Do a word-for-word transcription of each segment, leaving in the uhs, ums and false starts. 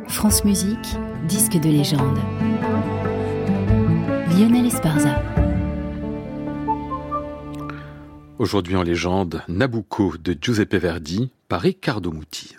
France Musique, disque de légende. Lionel Esparza. Aujourd'hui en légende, Nabucco de Giuseppe Verdi par Riccardo Muti.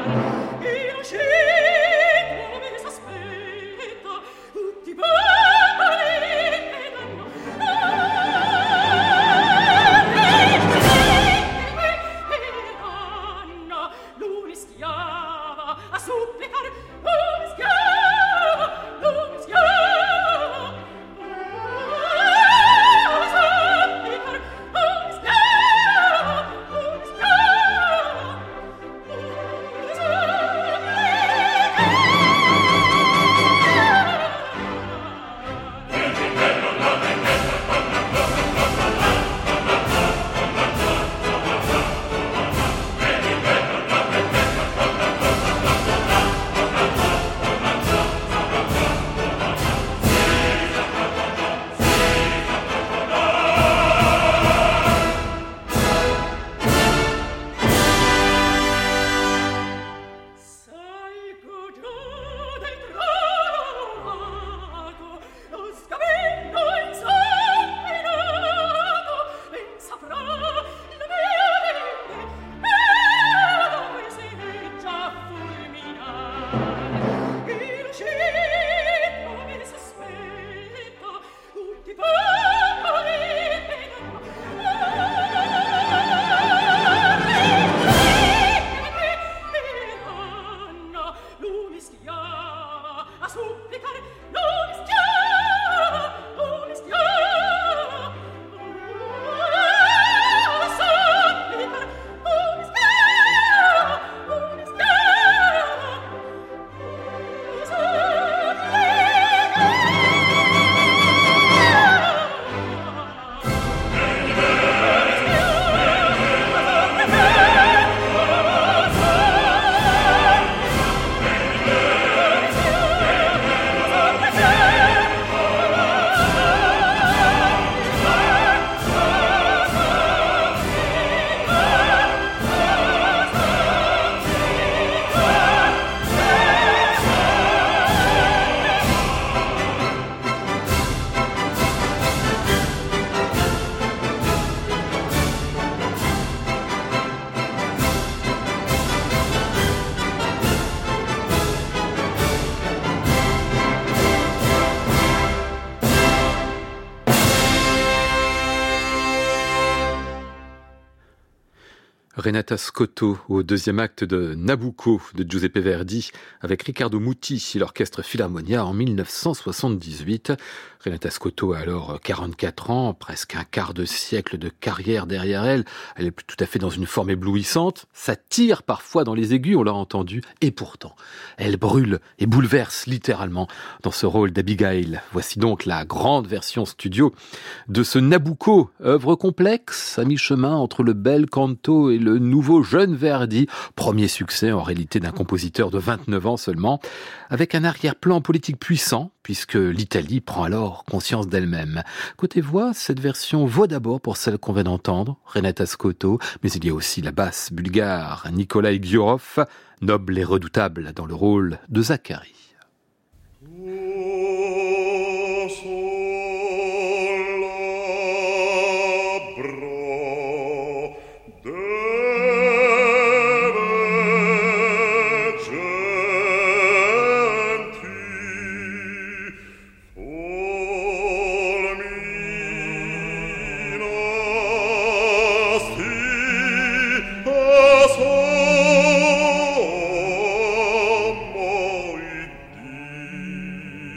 Renata Scotto au deuxième acte de Nabucco de Giuseppe Verdi avec Riccardo Muti et l'orchestre Philharmonia en mille neuf cent soixante-dix-huit. Renata Scotto a alors quarante-quatre ans, presque un quart de siècle de carrière derrière elle. Elle est tout à fait dans une forme éblouissante. Ça tire parfois dans les aigus, on l'a entendu. Et pourtant, elle brûle et bouleverse littéralement dans ce rôle d'Abigail. Voici donc la grande version studio de ce Nabucco, œuvre complexe à mi-chemin entre le bel canto et le nouveau jeune Verdi. Premier succès en réalité d'un compositeur de vingt-neuf ans seulement, avec un arrière-plan politique puissant, puisque l'Italie prend alors conscience d'elle-même. Côté voix, cette version vaut d'abord pour celle qu'on vient d'entendre, Renata Scotto, mais il y a aussi la basse bulgare Nikolai Gyorov, noble et redoutable dans le rôle de Zacharie.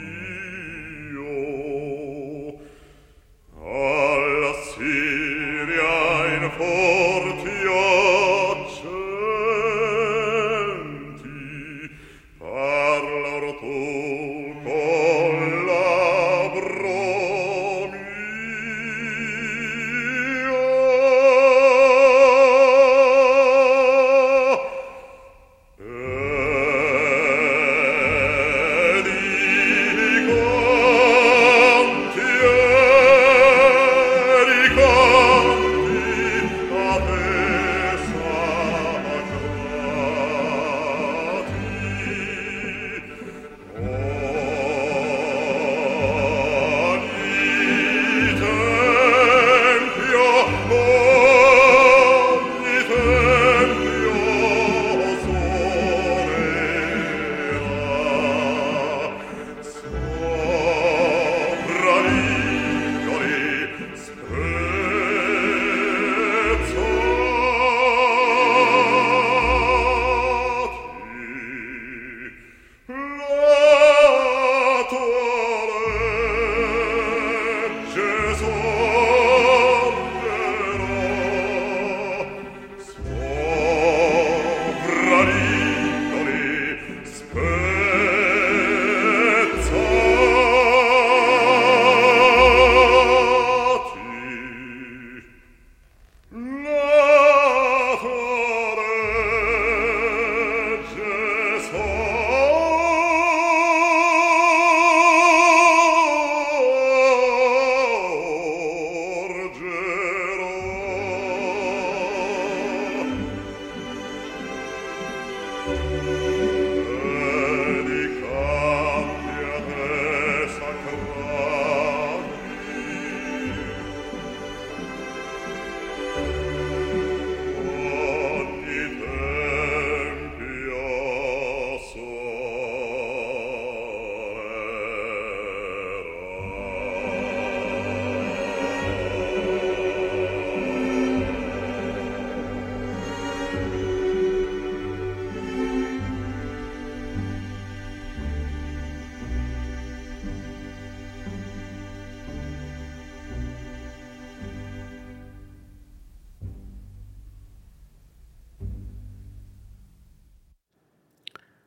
Alla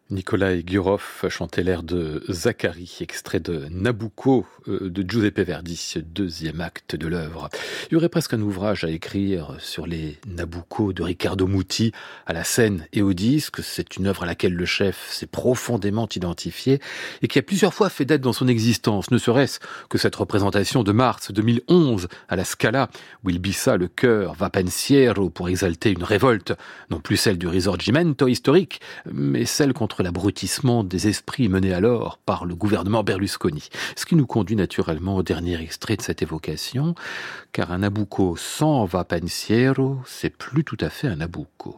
Nikolai Gurov chantait l'air de Zacharie, extrait de Nabucco de Giuseppe Verdi, deuxième acte de l'œuvre. Il y aurait presque un ouvrage à écrire sur les Nabucco de Riccardo Muti à la scène et au disque. C'est une œuvre à laquelle le chef s'est profondément identifié et qui a plusieurs fois fait date dans son existence, ne serait-ce que cette représentation de mars deux mille onze à la Scala, où il bissa le chœur Va pensiero pour exalter une révolte, non plus celle du Risorgimento historique, mais celle contre l'abrutissement des esprits menés alors par le gouvernement Berlusconi. Ce qui nous conduit naturellement au dernier extrait de cette évocation, car un Nabucco sans Va pensiero, c'est plus tout à fait un Nabucco.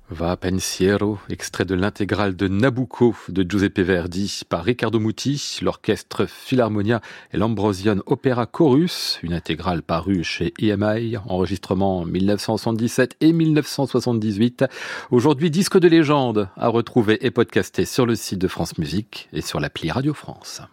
Va pensiero, extrait de l'intégrale de Nabucco de Giuseppe Verdi par Riccardo Muti, l'orchestre Philharmonia et l'Ambrosian Opera Chorus, une intégrale parue chez E M I, enregistrement mille neuf cent soixante-dix-sept et mille neuf cent soixante-dix-huit. Aujourd'hui, disque de légende à retrouver et podcaster sur le site de France Musique et sur l'appli Radio France.